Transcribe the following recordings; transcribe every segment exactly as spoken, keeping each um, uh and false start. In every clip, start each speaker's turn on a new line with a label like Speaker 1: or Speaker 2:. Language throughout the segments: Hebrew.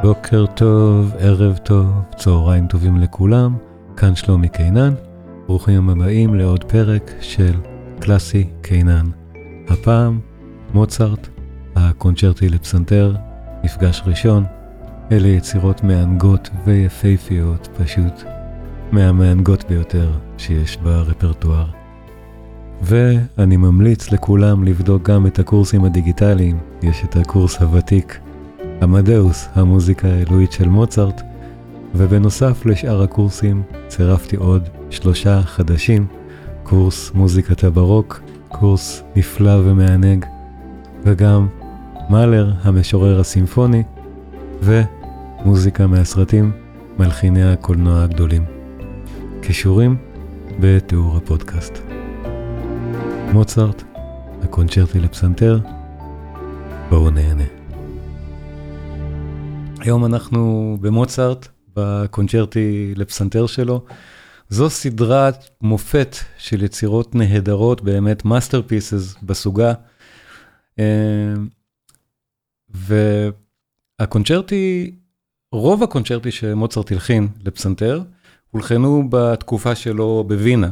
Speaker 1: בוקר טוב, ערב טוב, צהריים טובים לכולם, כאן שלומי קינן, ברוכים הבאים לעוד פרק של קלאסי קינן. הפעם מוצרט, הקונצ'רטי לפסנתר, מפגש ראשון. אלה יצירות מענגות ויפהפיות, פשוט מהמענגות ביותר שיש ברפרטואר. ואני ממליץ לכולם לבדוק גם את הקורסים הדיגיטליים. יש את הקורס הוותיק עמדאוס, המוזיקה האלוהית של מוצרט, ובנוסף לשאר הקורסים צירפתי עוד שלושה חדשים: קורס מוזיקת הברוק, קורס נפלא ומענג, וגם מאלר המשורר הסימפוני, ומוזיקה מהסרטים מלחיני הקולנוע הגדולים. קישורים בתיאור הפודקאסט. מוצרט, הקונצ'רטי לפסנתר, בואו נהנה. היום אנחנו במוצרט, בקונצ'רטי לפסנתר שלו. זו סדרת מופת של יצירות נהדרות, באמת מאסטרפיסס בסוגה. והקונצ'רטי, רוב הקונצ'רטי שמוצרט הלחין לפסנתר, הולחנו בתקופה שלו בווינה.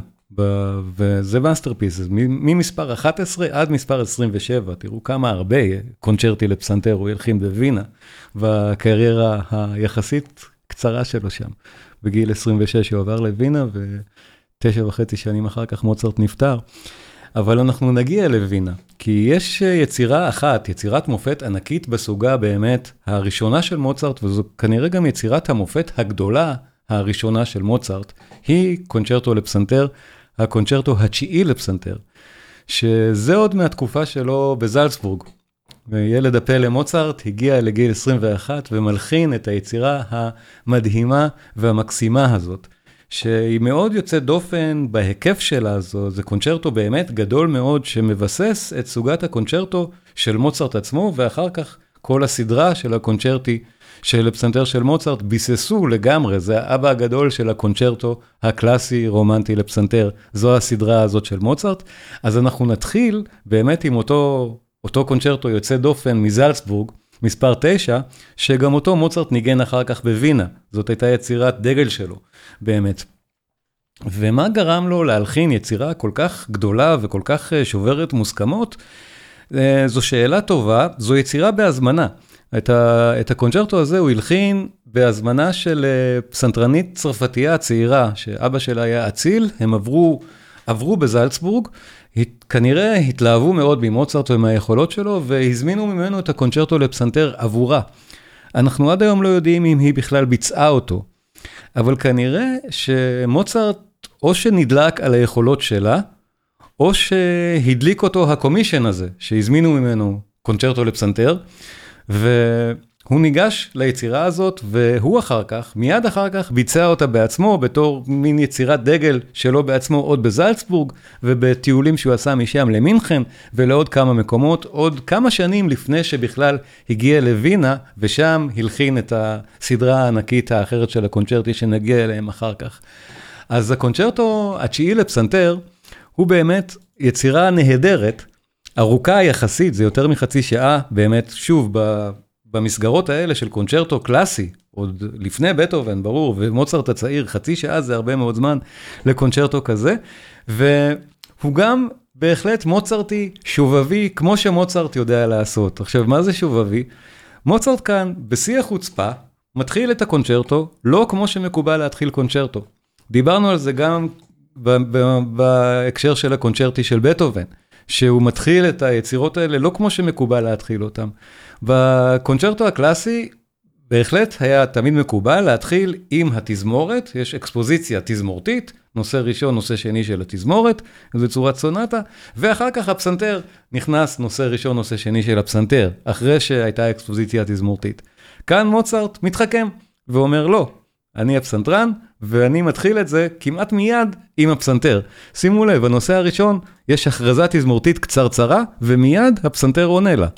Speaker 1: וזה מאסטרפיסס, ממספר אחת עשרה עד מספר עשרים ושבע, תראו כמה הרבה קונצ'רטי לפסנתר הוא הלחין בווינה, והקריירה היחסית קצרה שלו שם. בגיל עשרים ושש הוא עבר לווינה, ותשע וחצי שנים אחר כך מוצרט נפטר. אבל אנחנו נגיע לווינה, כי יש יצירה אחת, יצירת מופת ענקית בסוגה באמת, הראשונה של מוצרט, וזו כנראה גם יצירת המופת הגדולה הראשונה של מוצרט, היא קונצ'רטו לפסנתר, הקונצ'רטו התשיעי לפסנתר, שזה עוד מהתקופה שלו בזלצבורג. וילד הפלא מוצרט הגיע לגיל עשרים ואחת ומלחין את היצירה המדהימה והמקסימה הזאת, שהיא מאוד יוצאת דופן בהיקף שלה. זו, זה קונצ'רטו באמת גדול מאוד שמבסס את סוגת הקונצ'רטו של מוצרט עצמו, ואחר כך כל הסדרה של הקונצ'רטי של הפסנתר של מוצרט ביססו לגמרי. זה האבא הגדול של הקונצ'רטו הקלאסי רומנטי לפסנתר. זו הסדרה הזאת של מוצרט. אז אנחנו נתחיל באמת עם אותו, אותו קונצ'רטו יוצא דופן מזלצבורג, מספר תשע, שגם אותו מוצרט ניגן אחר כך בווינה. זאת הייתה יצירת דגל שלו, באמת. ומה גרם לו להלחין יצירה כל כך גדולה וכל כך שוברת מוסכמות? זו שאלה טובה. זו יצירה בהזמנה. את, ה, את הקונצ'רטו הזה הוא הלחין בהזמנה של פסנתרנית צרפתייה צעירה, שאבא שלה היה אציל. הם עברו, עברו בזלצבורג, הת, כנראה התלהבו מאוד ממוצרט ומהיכולות שלו, והזמינו ממנו את הקונצ'רטו לפסנתר עבורה. אנחנו עד היום לא יודעים אם היא בכלל ביצעה אותו, אבל כנראה שמוצרט או שנדלק על היכולות שלה, או שהדליק אותו הקומישן הזה, שהזמינו ממנו קונצ'רטו לפסנתר, והוא ניגש ליצירה הזאת, והוא אחר כך, מיד אחר כך, ביצע אותה בעצמו, בתור מין יצירת דגל שלו בעצמו, עוד בזלצבורג, ובטיולים שהוא עשה משם למינכן, ולעוד כמה מקומות, עוד כמה שנים לפני שבכלל הגיע לווינה, ושם הלחין את הסדרה הענקית האחרת של הקונצ'רטי, שנגיע אליהם אחר כך. אז הקונצ'רטו התשיעי לפסנתר, הוא באמת יצירה נהדרת, ארוכה יחסית, זה יותר מחצי שעה, באמת, שוב, במסגרות האלה של קונצ'רטו קלאסי, עוד לפני בטהובן, ברור, ומוצרט הצעיר, חצי שעה זה הרבה מאוד זמן לקונצ'רטו כזה, והוא גם בהחלט מוצרטי שובבי, כמו שמוצרט יודע לעשות. עכשיו, מה זה שובבי? מוצרט כאן, בשיא החוצפה, מתחיל את הקונצ'רטו, לא כמו שמקובל להתחיל קונצ'רטו. דיברנו על זה גם בהקשר של הקונצ'רטי של בטהובן, שהוא מתחיל את היצירות האלה לא כמו שמקובל להתחיל אותם. בקונצ'רטו הקלאסי בהחלט היה תמיד מקובל להתחיל עם התזמורת, יש אקספוזיציה תזמורתית, נושא ראשון, נושא שני של התזמורת, זו צורת סונטה, ואחר כך הפסנתר נכנס נושא ראשון, נושא שני של הפסנתר, אחרי שהייתה אקספוזיציה תזמורתית. כאן מוצרט מתחכם ואומר לא, אני הפסנתרן, ואני מתחיל את זה כמעט מיד עם הפסנתר. שימו לב, הנושא הראשון, יש הכרזה תזמורתית קצרצרה, ומיד הפסנתר עונה לה.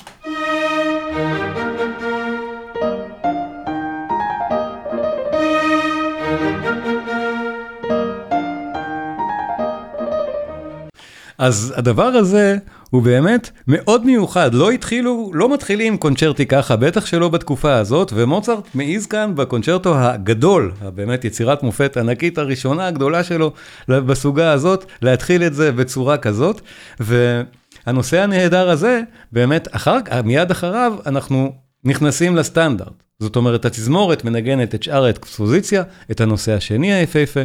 Speaker 1: אז הדבר הזה הוא באמת מאוד מיוחד, לא התחילו, לא מתחילים קונצ'רטי ככה, בטח שלא בתקופה הזאת, ומוצרט מעיז כאן בקונצ'רטו הגדול, באמת יצירת מופת ענקית הראשונה הגדולה שלו בסוגה הזאת, להתחיל את זה בצורה כזאת, והנושא הנהדר הזה, באמת אחר, מיד אחריו אנחנו נכנסים לסטנדרט, זאת אומרת התזמורת מנגנת את שאר האקספוזיציה, את הנושא השני היפהפה,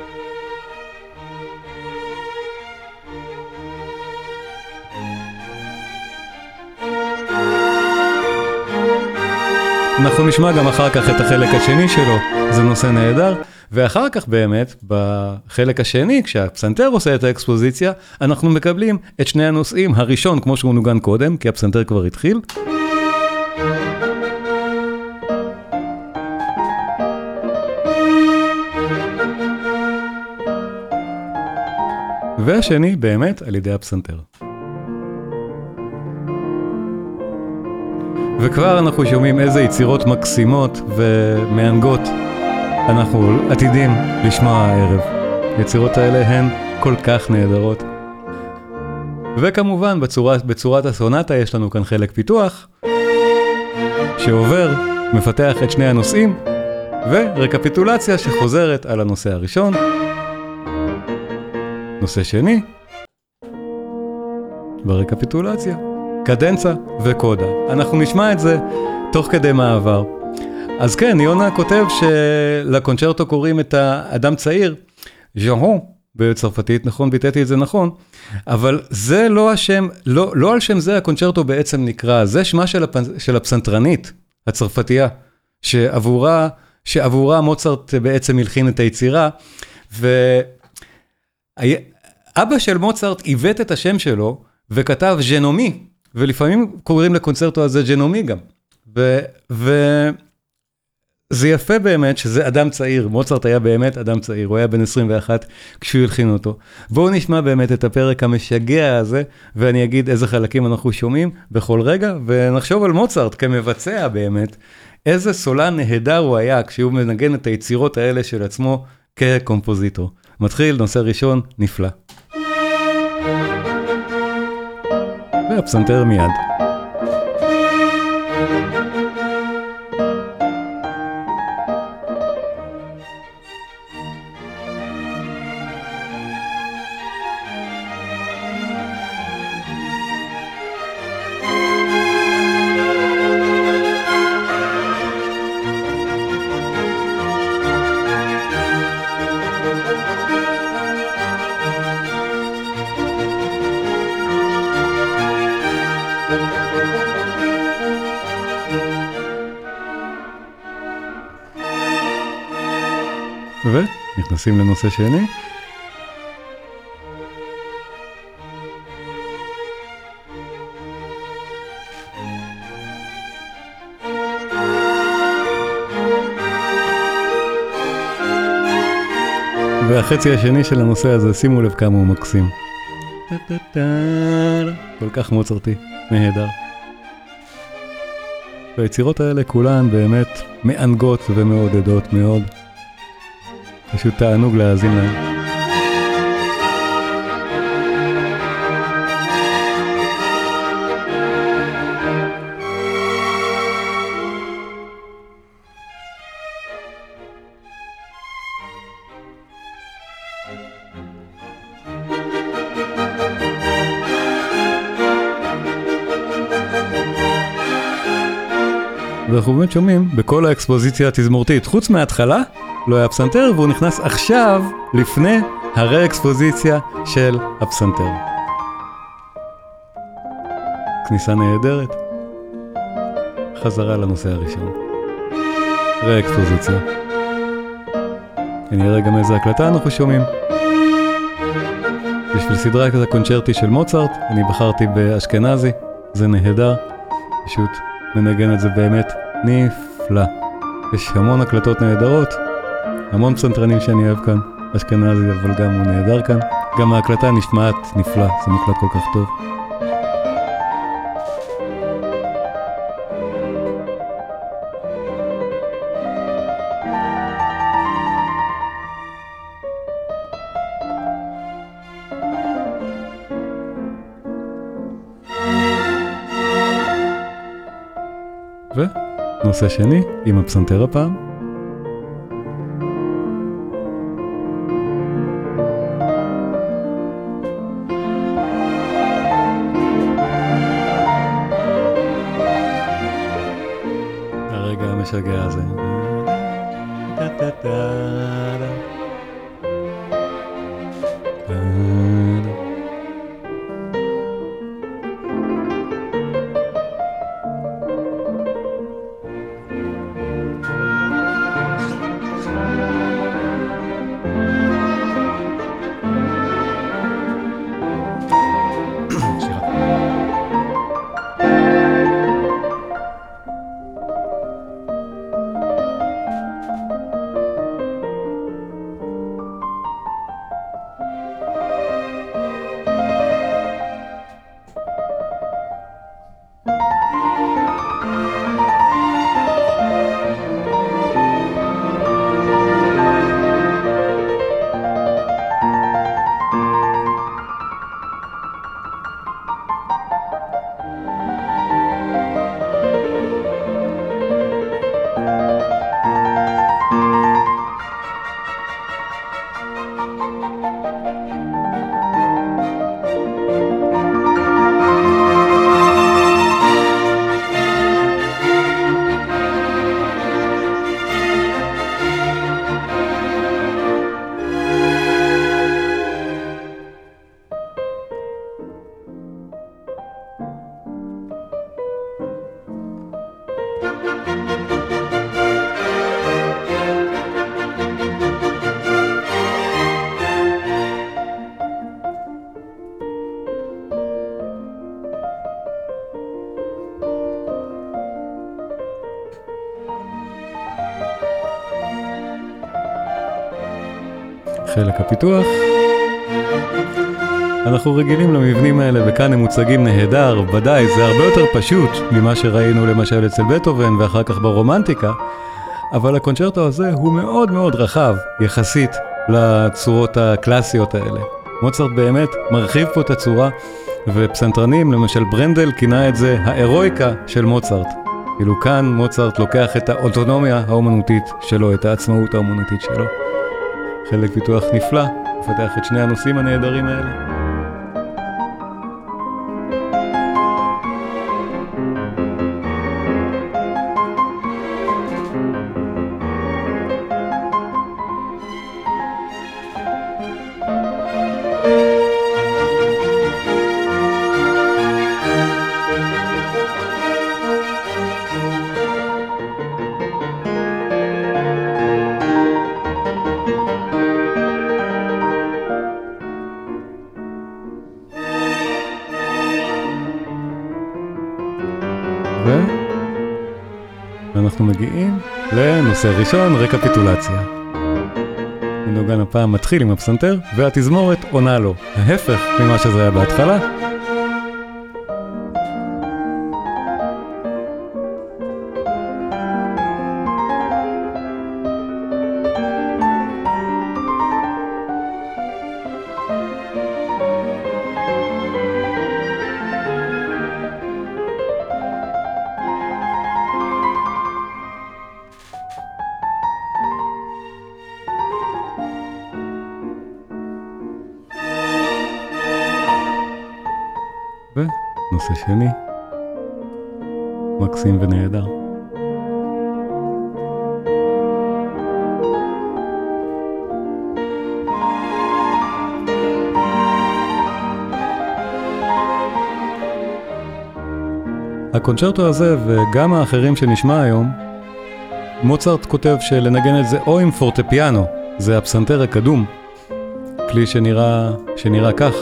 Speaker 1: אנחנו נשמע גם אחר כך את החלק השני שלו, זה נושא נהדר, ואחר כך באמת, בחלק השני, כשהפסנתר עושה את האקספוזיציה, אנחנו מקבלים את שני הנושאים, הראשון כמו שהוא נוגן קודם, כי הפסנתר כבר התחיל, והשני באמת על ידי הפסנתר. וכבר אנחנו שומעים איזה יצירות מקסימות ומענגות אנחנו עתידים לשמוע הערב. היצירות האלה הן כל כך נהדרות. וכמובן בצורה, בצורת הסונטה יש לנו כאן חלק פיתוח שעובר, מפתח את שני הנושאים ורקפיטולציה שחוזרת על הנושא הראשון. נושא שני ברקפיטולציה. קדנצה וקודה. אנחנו נשמע את זה תוך כדי מעבר. אז כן, יונה כותב שלקונצ'רטו קוראים את האדם צעיר, ז'אן, בצרפתית, נכון, ביטאתי את זה נכון, אבל זה לא השם, לא, לא על שם זה הקונצ'רטו בעצם נקרא, זה שמה של, הפ, של הפסנתרנית, הצרפתייה, שעבורה, שעבורה מוצרט בעצם הלחין את היצירה, ואבא של מוצרט עיוות את השם שלו, וכתב ז'נומי, ולפעמים קוראים לקונצרטו הזה ג'נומי גם. ו, וזה יפה באמת שזה אדם צעיר, מוצרט היה באמת אדם צעיר, הוא היה בן עשרים ואחת כשהוא הלחין אותו. בואו נשמע באמת את הפרק המשגע הזה, ואני אגיד איזה חלקים אנחנו שומעים בכל רגע, ונחשוב על מוצרט כמבצע באמת, איזה סולן נהדר הוא היה כשהוא מנגן את היצירות האלה של עצמו כקומפוזיטור. מתחיל, נושא ראשון, נפלא. והפסנתר מיד. ונכנסים לנושא שני. והחצי השני של הנושא הזה, שימו לב כמה הוא מקסים. כל כך מוצרטי, נהדר. והיצירות האלה כולן באמת מענגות ומעודדות מאוד. פשוט תענוג להאזין להם. ואנחנו באמת שומעים בכל האקספוזיציה התזמורתית, חוץ מההתחלה, לא היה פסנתר, והוא נכנס עכשיו לפני הרה-אקספוזיציה של הפסנתר. כניסה נהדרת. חזרה לנושא הראשון. רה-אקספוזיציה. אני אראה גם איזה הקלטה אנחנו שומעים. בשביל סדרה כזה קונצ'רטי של מוצרט, אני בחרתי באשכנזי, זה נהדר, פשוט מנגן את זה באמת נפלא. יש המון הקלטות נהדרות, המון פסנתרנים שאני אוהב כאן, אשכנזי, אבל גם הוא נהדר כאן. גם ההקלטה נשמעת נפלא, זה מקלט כל כך טוב. ונושא שני, עם הפסנתר הפעם. הרגע המשגע הזה. חלק הפיתוח. אנחנו רגילים למבנים האלה וכאן הם מוצגים נהדר, ודאי זה הרבה יותר פשוט ממה שראינו למשל אצל בטהובן ואחר כך ברומנטיקה, אבל הקונצ'רטו הזה הוא מאוד מאוד רחב יחסית לצורות הקלאסיות האלה. מוצרט באמת מרחיב פה את הצורה, ופסנתרנים, למשל ברנדל כינה את זה האירויקה של מוצרט. כאילו כאן מוצרט לוקח את האוטונומיה האומנותית שלו, את העצמאות האומנותית שלו. חלק פיתוח נפלא, מפתח את שני הנושאים הנהדרים האלה. ואנחנו מגיעים לנושא ראשון, רקפיטולציה. מנוגן הפעם מתחיל עם הפסנתר, והתזמורת עונה לו, ההפך ממה שזה היה בהתחלה. ונושא שני, מקסים ונהדר. הקונצ'רטו הזה וגם האחרים שנשמע היום, מוצרט כותב שלנגן את זה או עם פורטפיאנו, זה הפסנתר הקדום, כלי שנראה, שנראה כך,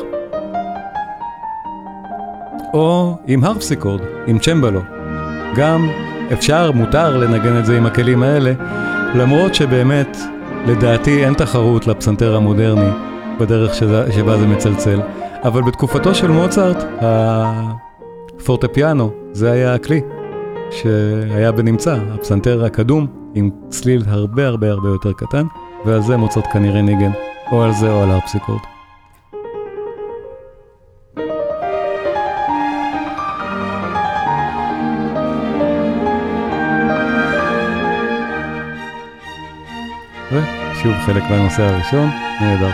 Speaker 1: או עם הרפסיקורד, עם צ'מבלו. גם אפשר, מותר לנגן את זה עם הכלים האלה, למרות שבאמת, לדעתי, אין תחרות לפסנתר המודרני בדרך שבה, שבה זה מצלצל. אבל בתקופתו של מוצרט, הפורטפיאנו, זה היה הכלי שהיה בנמצא, הפסנתר הקדום, עם צליל הרבה הרבה הרבה יותר קטן, ועל זה מוצרט כנראה ניגן, או על זה או על הרפסיקורד. שוב חלק מהנושא הראשון, נהדר.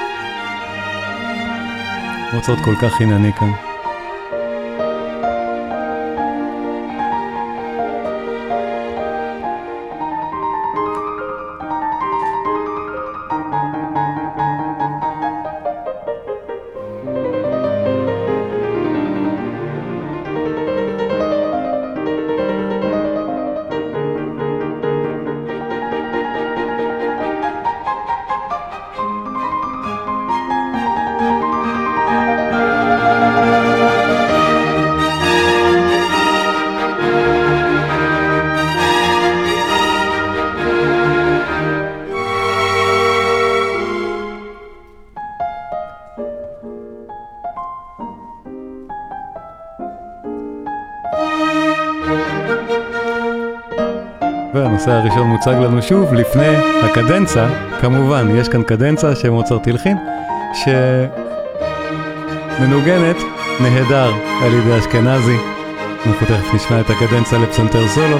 Speaker 1: מוצרט כל כך חינני כאן. והנושא הראשון מוצג לנו שוב לפני הקדנצה, כמובן יש כאן קדנצה שמוצרט הלחין, שמנוגנת נהדר על ידי אשכנזי. אנחנו תכף נשמע את הקדנצה לפסנתר סולו.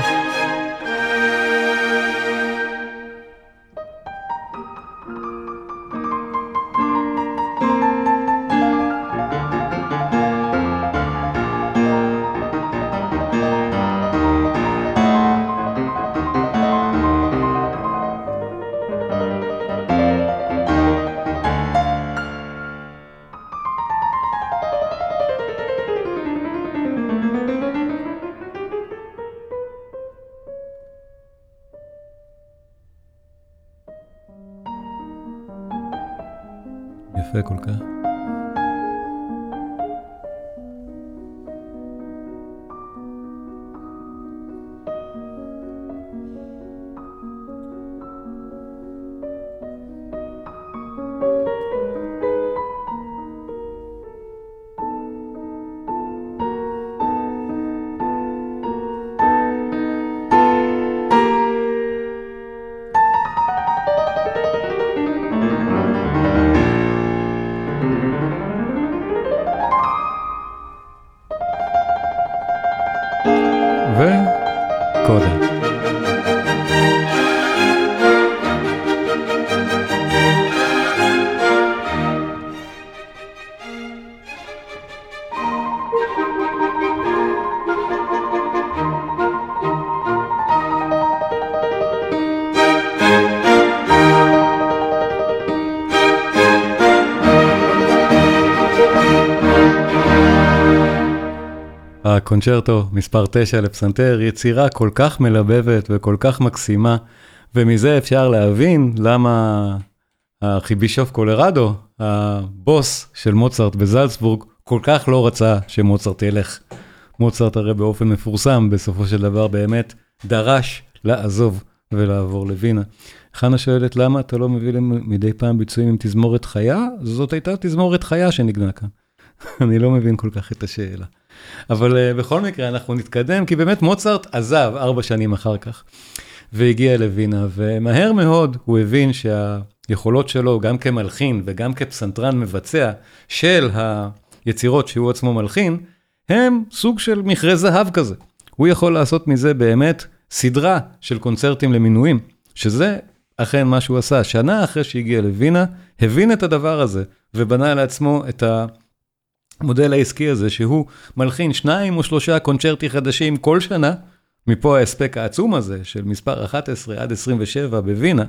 Speaker 1: יפה כל כך. וקודה. הקונצ'רטו מספר תשע לפסנתר, יצירה כל כך מלבבת וכל כך מקסימה, ומזה אפשר להבין למה החיבישוף קולרדו, הבוס של מוצרט בזלצבורג, כל כך לא רצה שמוצרט ילך. מוצרט הרי באופן מפורסם, בסופו של דבר באמת דרש לעזוב ולעבור לווינה. חנה שואלת למה אתה לא מביא מדי פעם ביצועים עם תזמורת חיה? זאת הייתה תזמורת חיה שנגנה כאן. אני לא מבין כל כך את השאלה. אבל uh, בכל מקרה אנחנו נתקדם, כי באמת מוצרט עזב ארבע שנים אחר כך, והגיע לווינה, ומהר מאוד הוא הבין שהיכולות שלו, גם כמלחין וגם כפסנתרן מבצע של היצירות שהוא עצמו מלחין, הם סוג של מכרה זהב כזה. הוא יכול לעשות מזה באמת סדרה של קונצרטים למינויים, שזה אכן מה שהוא עשה. שנה אחרי שהגיע לווינה, הבין את הדבר הזה, ובנה לעצמו את ה... המודל העסקי הזה, שהוא מלחין שניים או שלושה קונצ'רטי חדשים כל שנה, מפה ההספק העצום הזה, של מספר אחת עשרה עד עשרים ושבע בווינה,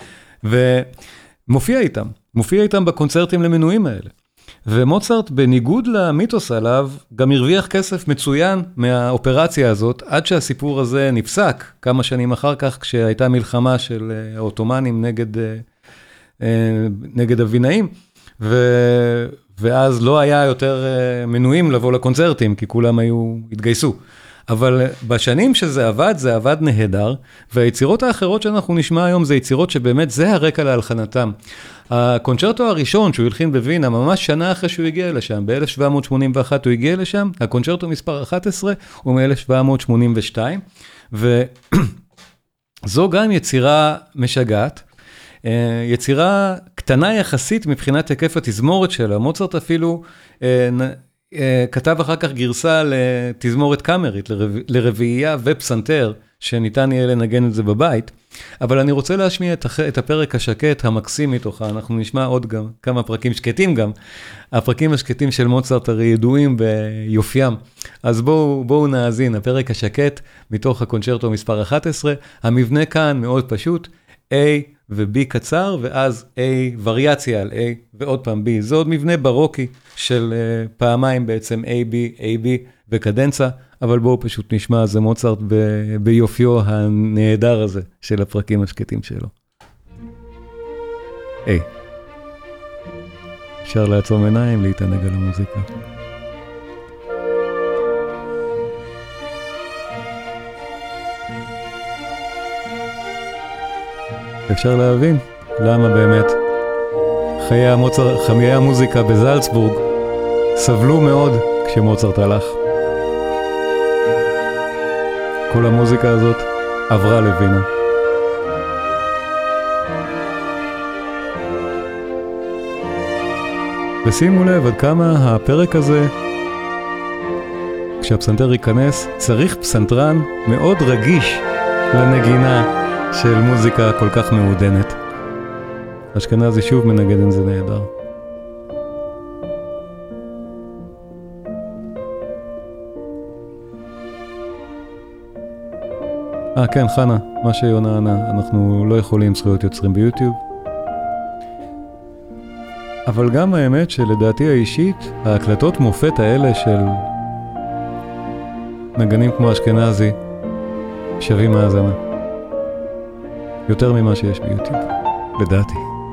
Speaker 1: ומופיע איתם, מופיע איתם בקונצרטים למנויים האלה. ומוצרט, בניגוד למיתוס עליו, גם הרוויח כסף מצוין מהאופרציה הזאת, עד שהסיפור הזה נפסק, כמה שנים אחר כך, כשהייתה מלחמה של האוטומנים נגד, נגד הווינאים, ו... ואז לא היה יותר מנויים לבוא לקונצרטים, כי כולם היו, התגייסו. אבל בשנים שזה עבד, זה עבד נהדר, והיצירות האחרות שאנחנו נשמע היום, זה יצירות שבאמת זה הרקע להלחנתם. הקונצ'רטו הראשון שהוא הלחין בווינה, ממש שנה אחרי שהוא הגיע לשם, ב-אלף שבע מאות שמונים ואחת הוא הגיע לשם, הקונצ'רטו מספר אחת עשרה הוא מ-אלף שבע מאות שמונים ושתיים, וזו גם יצירה משגעת, יצירה קטנה יחסית מבחינת היקף התזמורת שלה. מוצרט אפילו כתב אחר כך גרסה לתזמורת קאמרית, לרביעייה ופסנתר, שניתן יהיה לנגן את זה בבית. אבל אני רוצה להשמיע את, הח... את הפרק השקט המקסים מתוכה, אנחנו נשמע עוד גם כמה פרקים שקטים גם. הפרקים השקטים של מוצרט הרי ידועים ביופיים, אז בואו, בואו נאזין, הפרק השקט מתוך הקונצ'רטו מספר אחת עשרה, המבנה כאן מאוד פשוט, A ו-B קצר, ואז A וריאציה על A, ועוד פעם B, זה עוד מבנה ברוקי של uh, פעמיים בעצם A, B, A, B וקדנצה, אבל בואו פשוט נשמע, זה מוצרט ב- ביופיו הנהדר הזה של הפרקים השקטים שלו. A. אפשר לעצום עיניים, להתענג על המוזיקה. אפשר להבין למה באמת חיי, המוצר, חיי המוזיקה בזלצבורג סבלו מאוד כשמוצרט הלך. כל המוזיקה הזאת עברה לווינה. ושימו לב עד כמה הפרק הזה, כשהפסנתר ייכנס, צריך פסנתרן מאוד רגיש לנגינה של מוזיקה כל כך מעודנת. אשכנזי שוב מנגד עם זה נהדר. אה כן, חנה, מה שיונה ענה, אנחנו לא יכולים זכויות יוצרים ביוטיוב. אבל גם האמת שלדעתי האישית, ההקלטות מופת האלה של נגנים כמו אשכנזי שווים מאזנה. יותר ממה שיש ביוטיוב, לדעתי.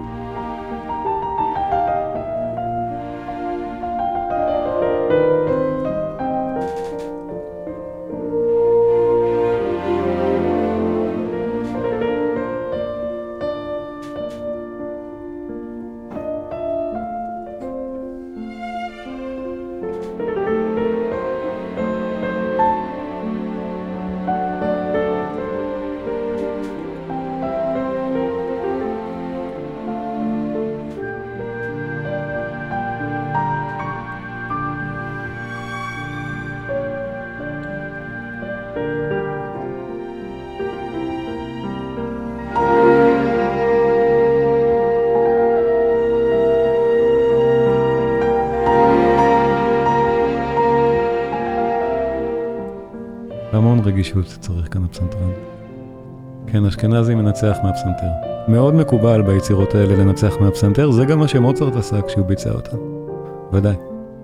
Speaker 1: המון רגישות צריך כאן הפסנתרן. כן, אשכנזי מנצח מהפסנתר. מאוד מקובל ביצירות האלה לנצח מהפסנתר, זה גם מה שמוצרט עשה כשהוא ביצע אותן. ודאי.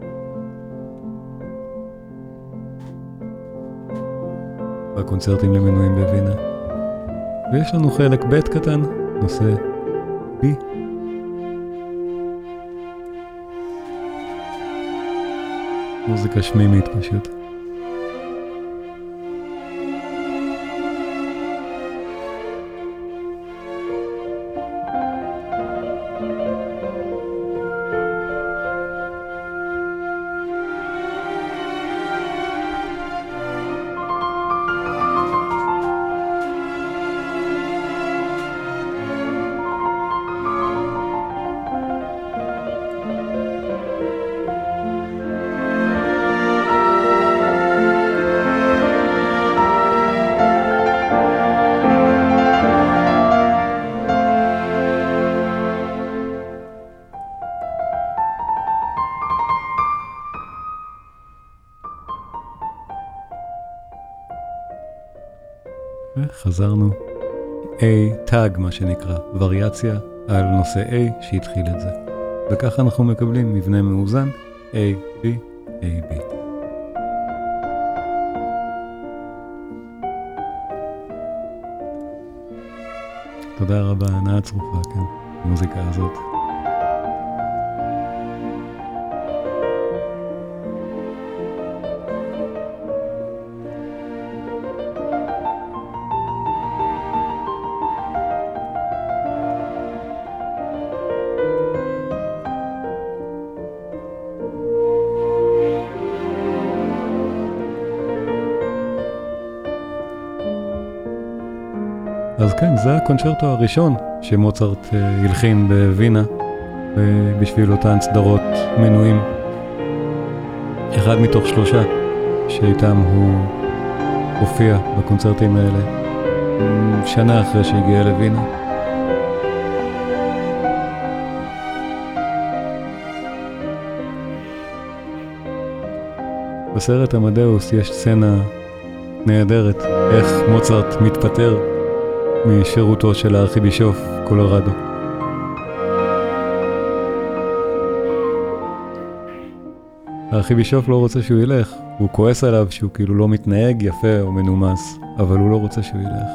Speaker 1: בקונצרטים למנויים בווינה. ויש לנו חלק ב' קטן, נושא B. מוזיקה שמימית פשוט. וחזרנו A, טאג מה שנקרא, וריאציה על נושא A שהתחיל את זה. וככה אנחנו מקבלים מבנה מאוזן A, B, A, B. תודה רבה, הנאה צרופה, כן, המוזיקה הזאת. אז כן, זה הקונצ'רטו הראשון שמוצרט הלחין בווינה בשביל אותן סדרות מנויים. אחד מתוך שלושה שאיתם הוא הופיע בקונצרטים האלה שנה אחרי שהגיע לווינה. בסרט עמדאוס יש סצנה נהדרת, איך מוצרט מתפטר משירותו של הארכיבישוף קולורדו. הארכיבישוף לא רוצה שהוא ילך, הוא כועס עליו שהוא כאילו לא מתנהג יפה או מנומס, אבל הוא לא רוצה שהוא ילך.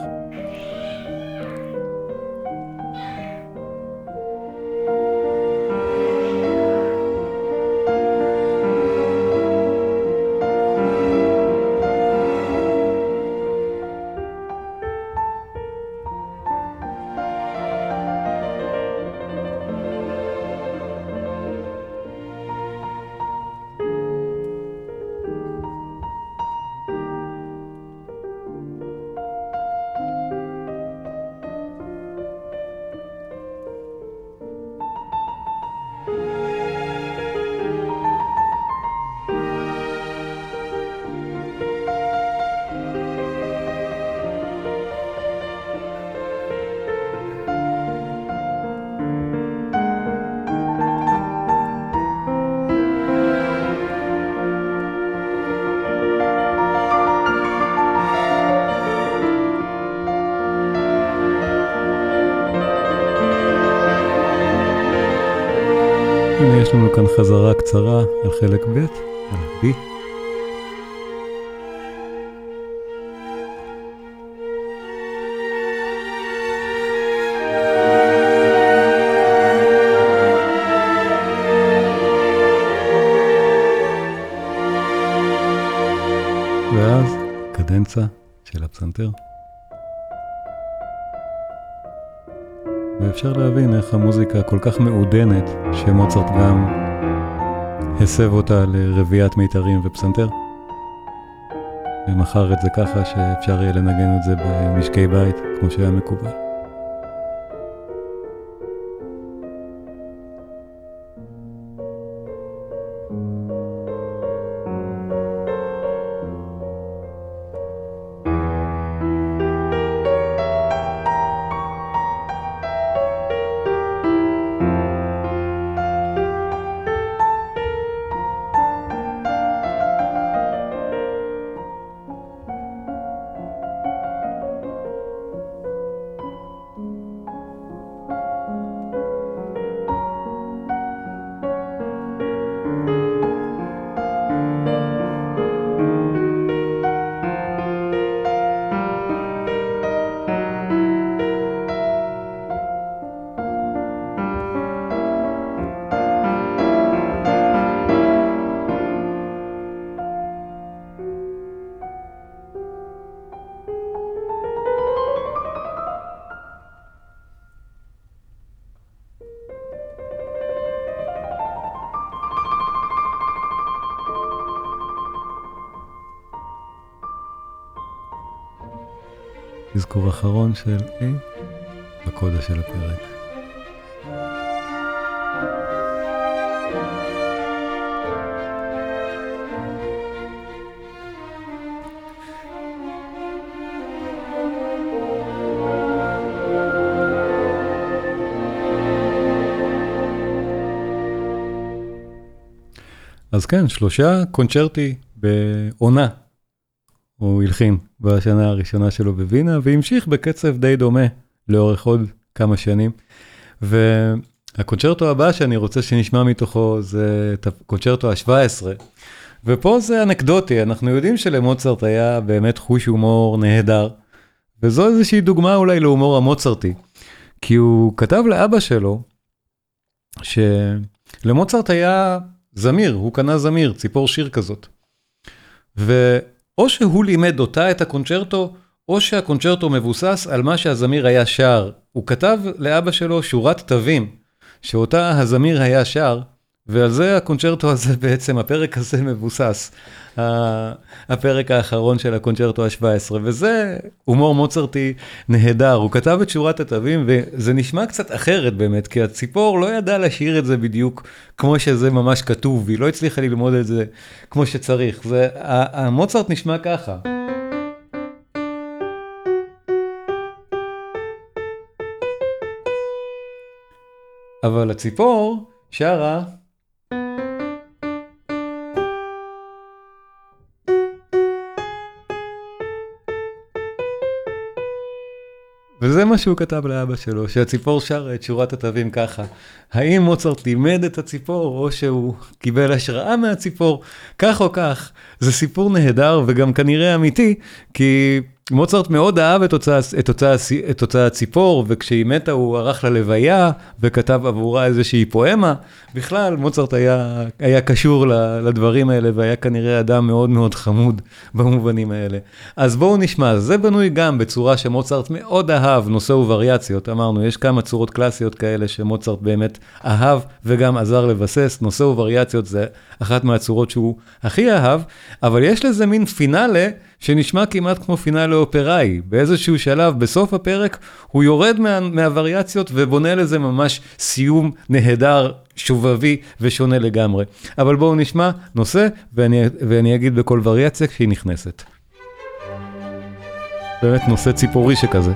Speaker 1: הנה יש לנו כאן חזרה קצרה על חלק ב', על בי. ואז קדנצה של הפסנתר. ואפשר להבין איך המוזיקה כל כך מעודנת שמוצרט גם הסב אותה לרביעת מיתרים ופסנתר. ומחר את זה ככה שאפשר יהיה לנגן את זה במשקי בית כמו שהיה מקובל. אזכור אחרון של A בקודה של הפרק. אז כן, שלושה קונצ'רטי בעונה. הוא הלחין בשנה הראשונה שלו בווינה, והמשיך בקצב די דומה לאורך עוד כמה שנים. והקונצ'רטו הבא שאני רוצה שנשמע מתוכו זה את הקונצ'רטו ה-שבע עשרה. ופה זה אנקדוטי, אנחנו יודעים שלמוצרט היה באמת חוש הומור נהדר, וזו איזושהי דוגמה אולי להומור המוצרטי. כי הוא כתב לאבא שלו, שלמוצרט היה זמיר, הוא קנה זמיר, ציפור שיר כזאת. ו... או שהוא לימד אותה את הקונצ'רטו, או שהקונצ'רטו מבוסס על מה שהזמיר היה שר. הוא כתב לאבא שלו שורת תווים, שאותה הזמיר היה שר, ועל זה הקונצ'רטו הזה בעצם, הפרק הזה מבוסס. הפרק האחרון של הקונצ'רטו ה-שבע עשרה, וזה הומור מוצרטי נהדר. הוא כתב את שורת התווים, וזה נשמע קצת אחרת באמת, כי הציפור לא ידע לשיר את זה בדיוק כמו שזה ממש כתוב, והיא לא הצליחה ללמוד את זה כמו שצריך. זה, המוצרט נשמע ככה. אבל הציפור שרה וזה מה שהוא כתב לאבא שלו, שהציפור שר את שורת התווים ככה. האם מוצרט לימד את הציפור, או שהוא קיבל השראה מהציפור? כך או כך, זה סיפור נהדר וגם כנראה אמיתי, כי מוצרט מאוד אהב את הוצאה, את הוצאה, את הוצאה הציפור, וכשהיא מתה הוא ערך ללוויה, וכתב עבורה איזושהי פואמה. בכלל, מוצרט היה, היה קשור לדברים האלה, והיה כנראה אדם מאוד מאוד חמוד במובנים האלה. אז בואו נשמע, זה בנוי גם בצורה שמוצרט מאוד אהב, נושא ווריאציות. אמרנו, יש כמה צורות קלאסיות כאלה שמוצרט באמת אהב, וגם עזר לבסס. נושא ווריאציות זה אחת מהצורות שהוא הכי אהב, אבל יש לזה מין פינאלה, שנשמע כמעט כמו פינאלה אופראי. באיזשהו שלב, בסוף הפרק, הוא יורד מה, מהווריאציות ובונה לזה ממש סיום נהדר, שובבי ושונה לגמרי. אבל בואו נשמע נושא, ואני, ואני אגיד בכל וריאציה כשהיא נכנסת. באמת נושא ציפורי שכזה.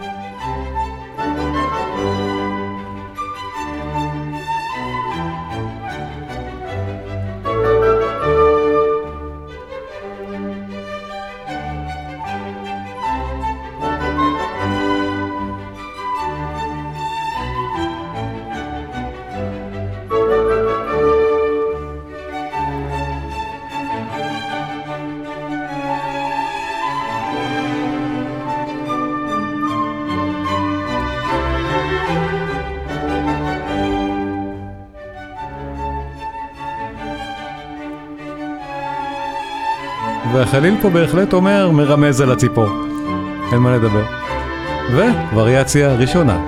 Speaker 1: והחליל פה בהחלט אומר, מרמז על הציפור. אין מה לדבר. ווריאציה ראשונה.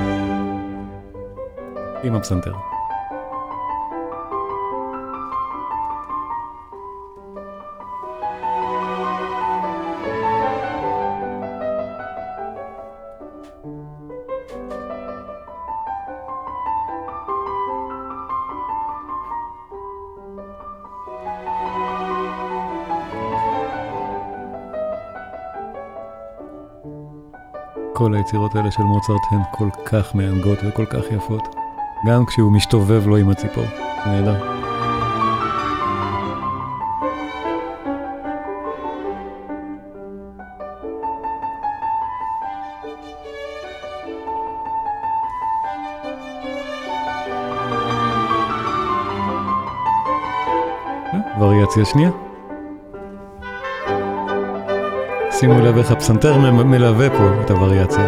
Speaker 1: עם הפסנתר. כל היצירות האלה של מוצרט הן כל כך מענגות וכל כך יפות. גם כשהוא משתובב לו עם הציפור. נהדר. וריאציה שנייה. שימו לב איך הפסנתר מלווה פה את הווריאציה.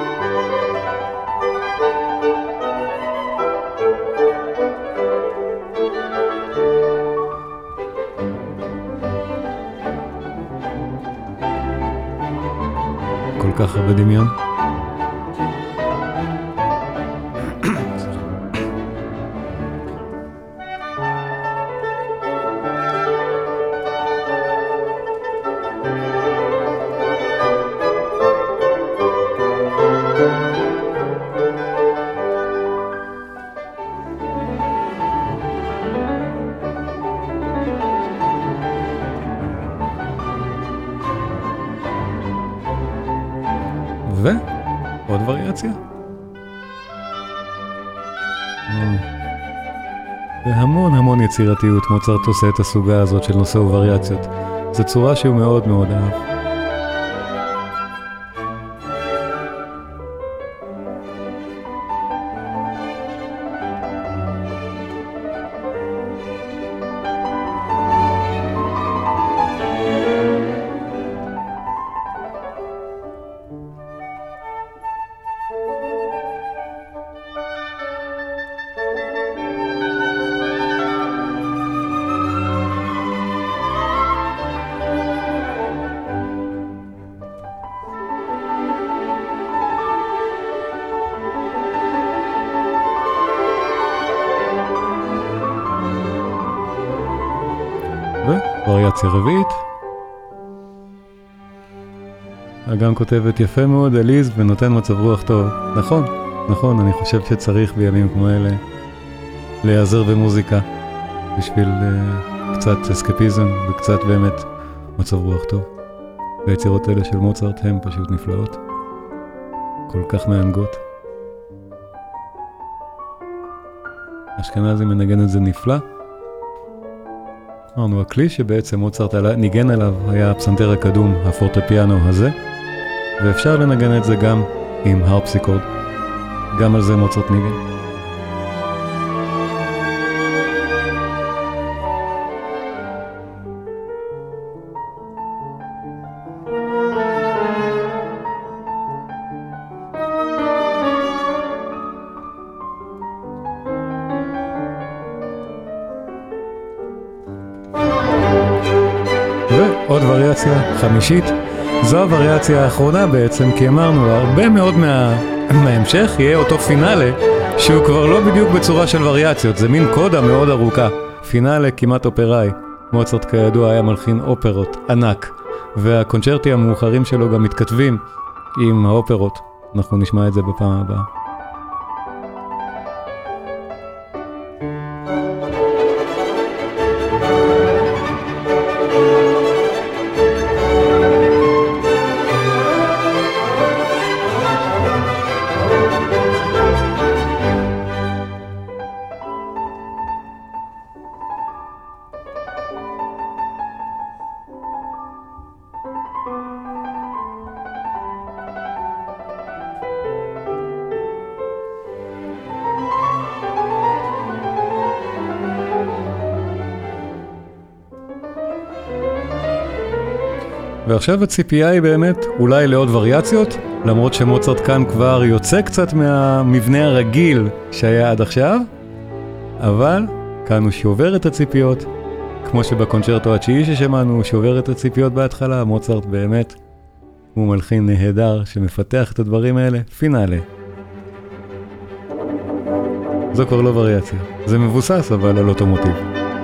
Speaker 1: כל כך הרבה דמיון. ועוד וריאציה. והמון המון יצירתיות מוצרט עושה את הסוגה הזאת של נושא ווריאציות. זו צורה שהוא מאוד מאוד אהב. וריאציה רביעית. אגם כותבת יפה מאוד אליז ונותן מצב רוח טוב. נכון, נכון, אני חושב שצריך בימים כמו אלה להיעזר במוזיקה בשביל uh, קצת אסקפיזם וקצת באמת מצב רוח טוב. והיצירות האלה של מוצרט הן פשוט נפלאות. כל כך מענגות. אשכנזי מנגן את זה נפלא. אמרנו, הכלי שבעצם מוצרט ניגן עליו היה הפסנתר הקדום, הפורטפיאנו הזה, ואפשר לנגן את זה גם עם הרפסיקורד. גם על זה מוצרט ניגן. ועוד וריאציה חמישית, זו הווריאציה האחרונה בעצם, כי אמרנו, הרבה מאוד מה... מההמשך יהיה אותו פינאלה, שהוא כבר לא בדיוק בצורה של וריאציות, זה מין קודה מאוד ארוכה, פינאלה כמעט אופראי. מוצרט כידוע היה מלחין אופרות ענק, והקונצ'רטי המאוחרים שלו גם מתכתבים עם האופרות. אנחנו נשמע את זה בפעם הבאה. ועכשיו הציפייה היא באמת אולי לעוד וריאציות, למרות שמוצרט כאן כבר יוצא קצת מהמבנה הרגיל שהיה עד עכשיו, אבל כאן הוא שובר את הציפיות, כמו שבקונצ'רטו התשיעי ששמענו הוא שובר את הציפיות בהתחלה. מוצרט באמת הוא מלחין נהדר שמפתח את הדברים האלה. פינאלה. זו כבר לא וריאציה, זה מבוסס אבל על אותו מוטיב.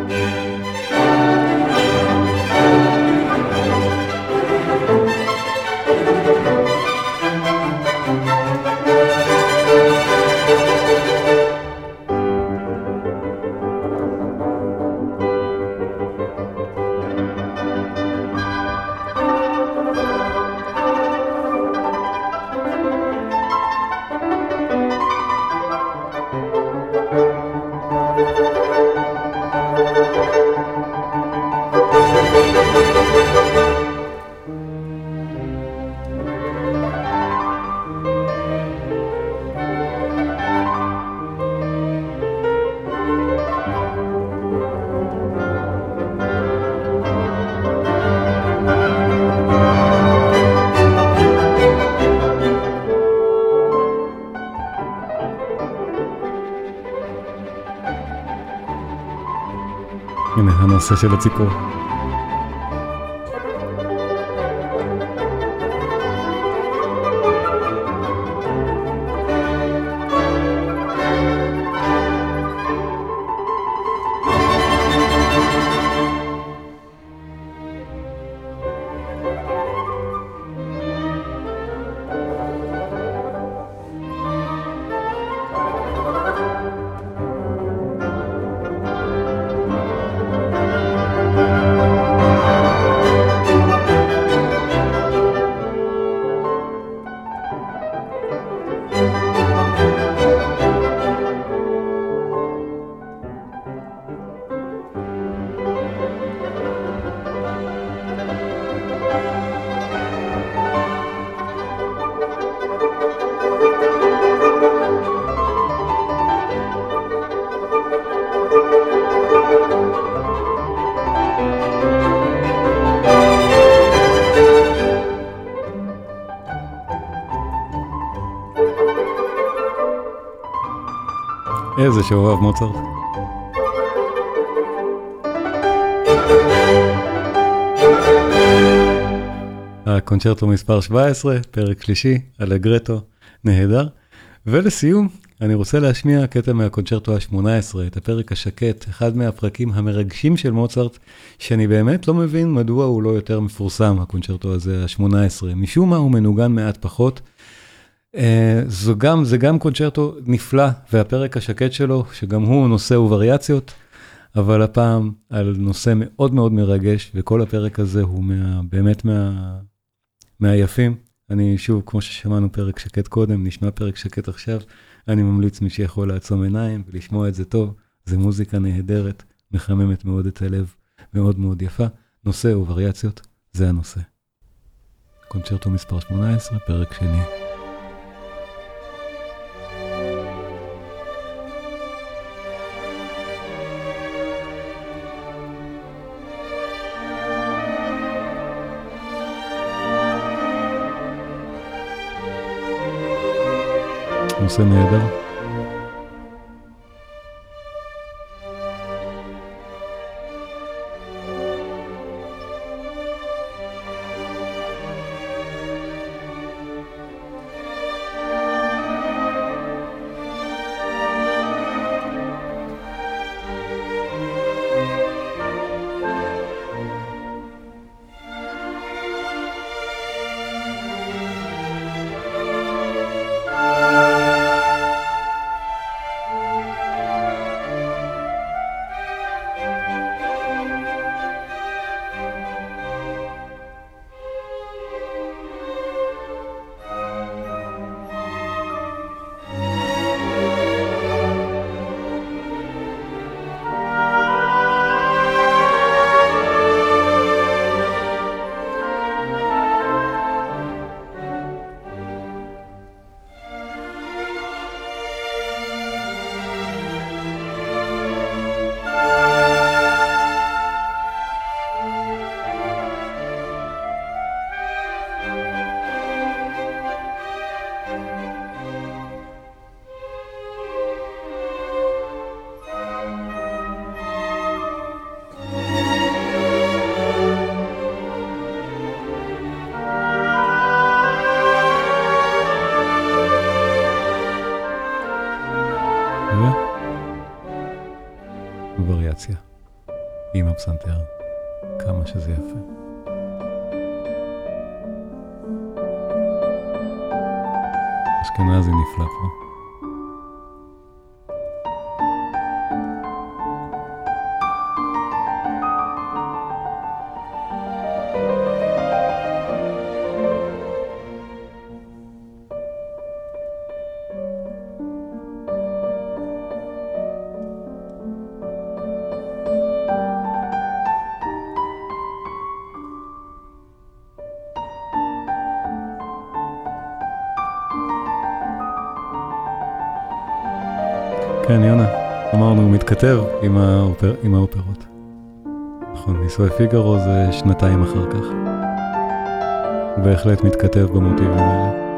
Speaker 1: הנה הנושא של הציפור. איזה שאוהב מוצרט. הקונצ'רטו מספר שבע עשרה, פרק שלישי, אלגרטו, נהדר. ולסיום, אני רוצה להשמיע קטע מהקונצ'רטו ה-שמונה עשרה, את הפרק השקט, אחד מהפרקים המרגשים של מוצרט, שאני באמת לא מבין מדוע הוא לא יותר מפורסם, הקונצ'רטו הזה, ה-שמונה עשרה. משום מה הוא מנוגן מעט פחות. זו גם, זה גם קונצ'רטו נפלא, והפרק השקט שלו, שגם הוא נושא ווריאציות, אבל הפעם על נושא מאוד מאוד מרגש, וכל הפרק הזה הוא מה, באמת מה, מהיפים. אני שוב, כמו ששמענו פרק שקט קודם, נשמע פרק שקט עכשיו, אני ממליץ מי שיכול לעצום עיניים ולשמוע את זה טוב, זה מוזיקה נהדרת, מחממת מאוד את הלב, מאוד מאוד יפה. נושא ווריאציות, זה הנושא. קונצ'רטו מספר שמונה עשרה, פרק שני. נושא נהדר. וריאציה עם הפסנתר, כמה שזה יפה. אשכנזי נפלא פה. כן, יונה, אמרנו, הוא מתכתב עם, האופר, עם האופרות. נכון, נישואי פיגארו זה שנתיים אחר כך. הוא בהחלט מתכתב במוטיבים האלה.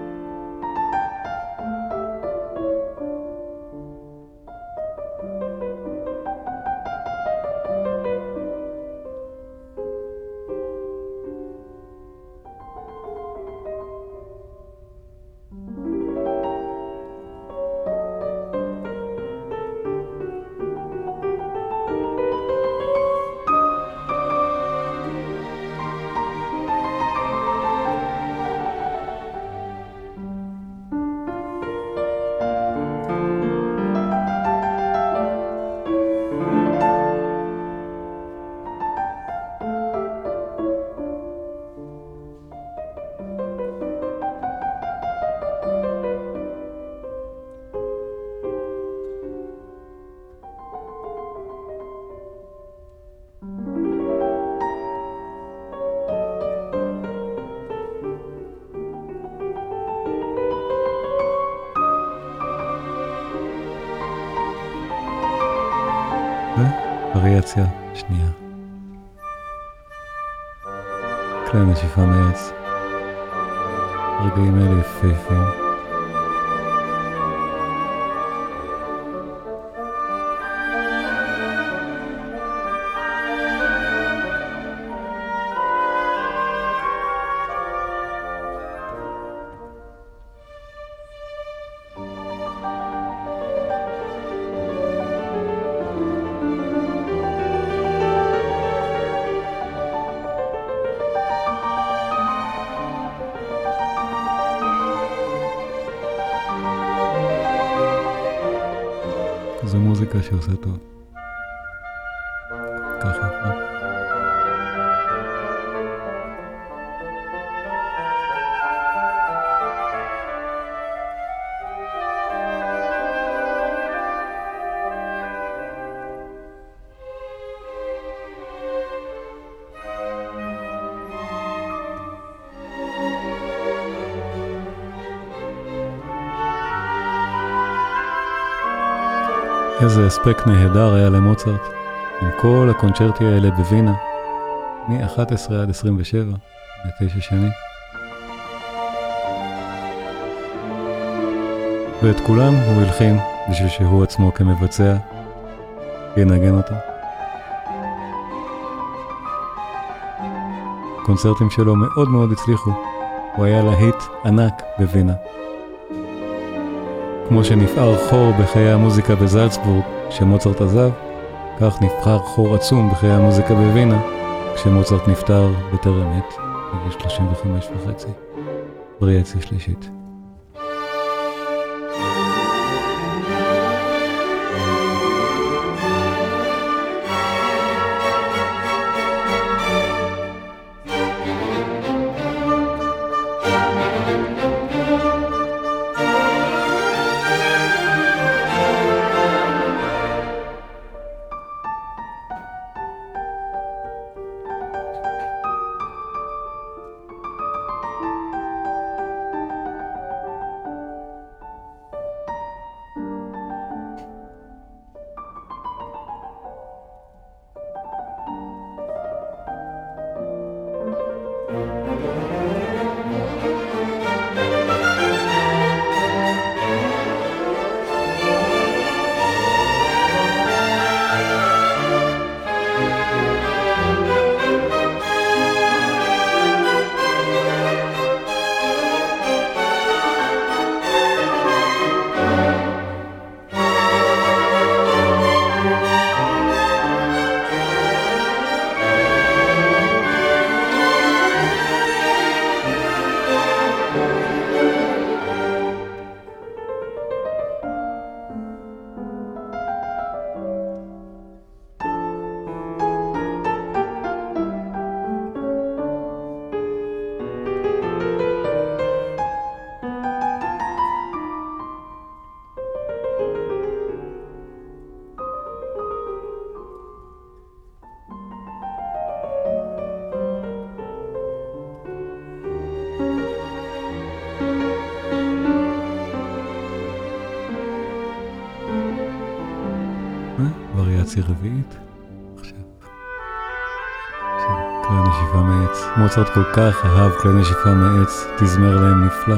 Speaker 1: וריאציה שנייה. כלי נשיפה מעץ. רגעים אלה יפהפים. זו מוזיקה שעושה טוב. ככה יפה. איזה אספקט נהדר היה למוצרט, עם כל הקונצ'רטי האלה בווינה, מ-אחת עשרה עד עשרים ושבע, לתשע שנים. ואת כולם הוא הלחין בשביל שהוא עצמו כמבצע ינגן אותם. קונצרטים שלו מאוד מאוד הצליחו, הוא היה להיט ענק בווינה. כמו שנפער חור בחיי המוזיקה בזלצבורג כשמוצרט עזב, כך נבחר חור עצום בחיי המוזיקה בווינה כשמוצרט נפטר בטרם עת, בגיל שלושים וחמש וחצי, וריאציה שלישית. וריאציה רביעית, עכשיו, כלי נשיפה מעץ. מוצרט כל כך אהב כלי נשיפה מעץ, תזמר להם נפלא.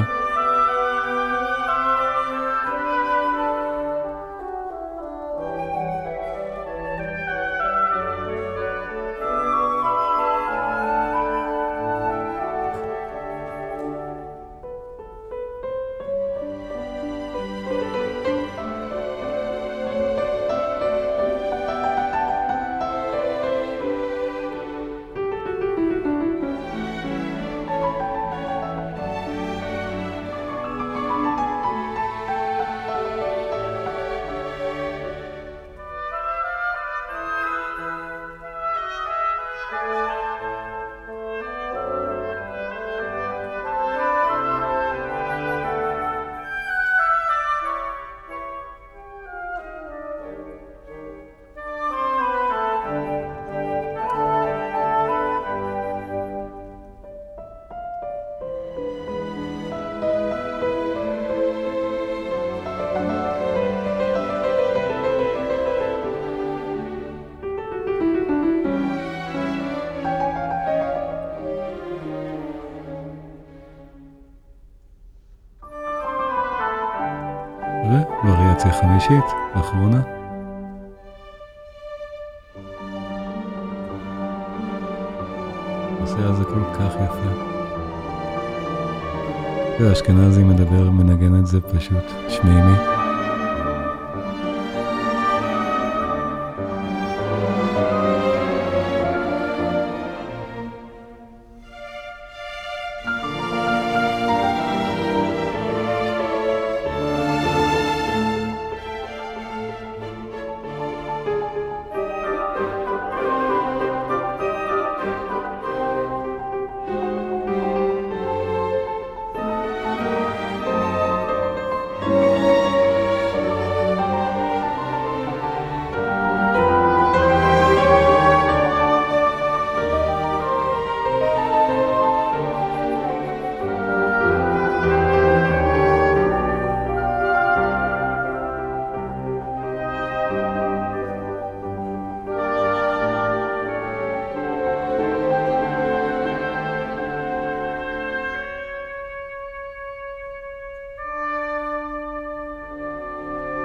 Speaker 1: וריאציה חמישית, אחרונה. הנושא הזה כל כך יפה. ואשכנזי מדבר, מנגן את זה פשוט שמימי.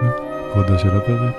Speaker 1: קודה של הפרק.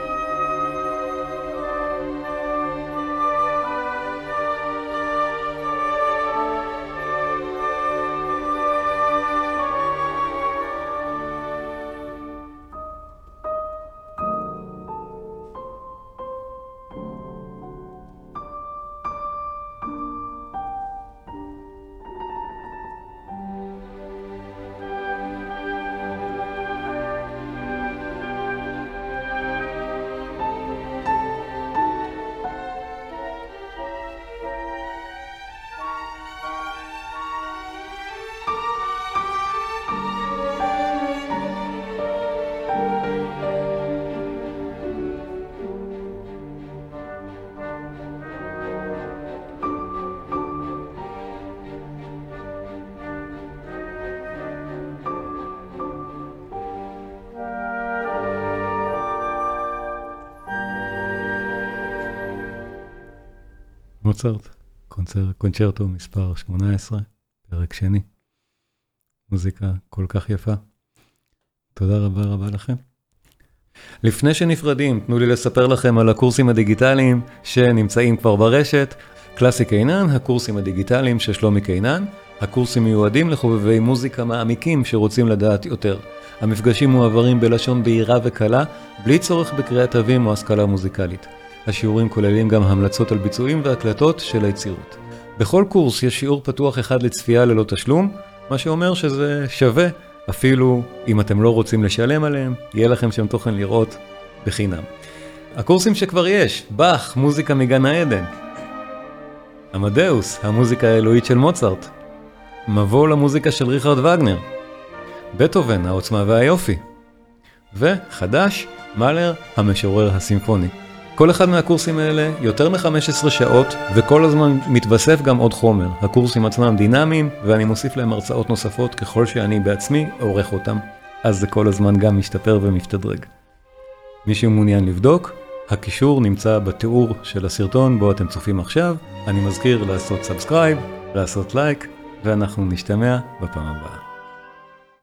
Speaker 1: מוצרט, קונצ'רטו מספר שמונה עשרה, פרק שני. מוזיקה כל כך יפה. תודה רבה רבה לכם. לפני שנפרדים, תנו לי לספר לכם על הקורסים הדיגיטליים שנמצאים כבר ברשת. קלאסי קינן, הקורסים הדיגיטליים של שלומי קינן. הקורסים מיועדים לחובבי מוזיקה מעמיקים שרוצים לדעת יותר. המפגשים מועברים בלשון בהירה וקלה, בלי צורך בקריאת תווים או השכלה מוזיקלית. השיעורים כוללים גם המלצות על ביצועים והקלטות של היצירות. בכל קורס יש שיעור פתוח אחד לצפייה ללא תשלום, מה שאומר שזה שווה, אפילו אם אתם לא רוצים לשלם עליהם, יהיה לכם שם תוכן לראות בחינם. הקורסים שכבר יש, באך, מוזיקה מגן העדן. עמדאוס, המוזיקה האלוהית של מוצרט. מבוא למוזיקה של ריכרד וגנר. בטהובן, העוצמה והיופי. וחדש, מאלר, המשורר הסימפוני. כל אחד מהקורסים האלה יותר מ-חמש עשרה שעות, וכל הזמן מתווסף גם עוד חומר. הקורסים עצמם דינמיים, ואני מוסיף להם הרצאות נוספות ככל שאני בעצמי עורך אותם. אז זה כל הזמן גם משתפר ומפתדרג. מי שמעוניין לבדוק, הקישור נמצא בתיאור של הסרטון בו אתם צופים עכשיו. אני מזכיר לעשות סאבסקרייב, לעשות לייק, ואנחנו נשתמע בפעם הבאה.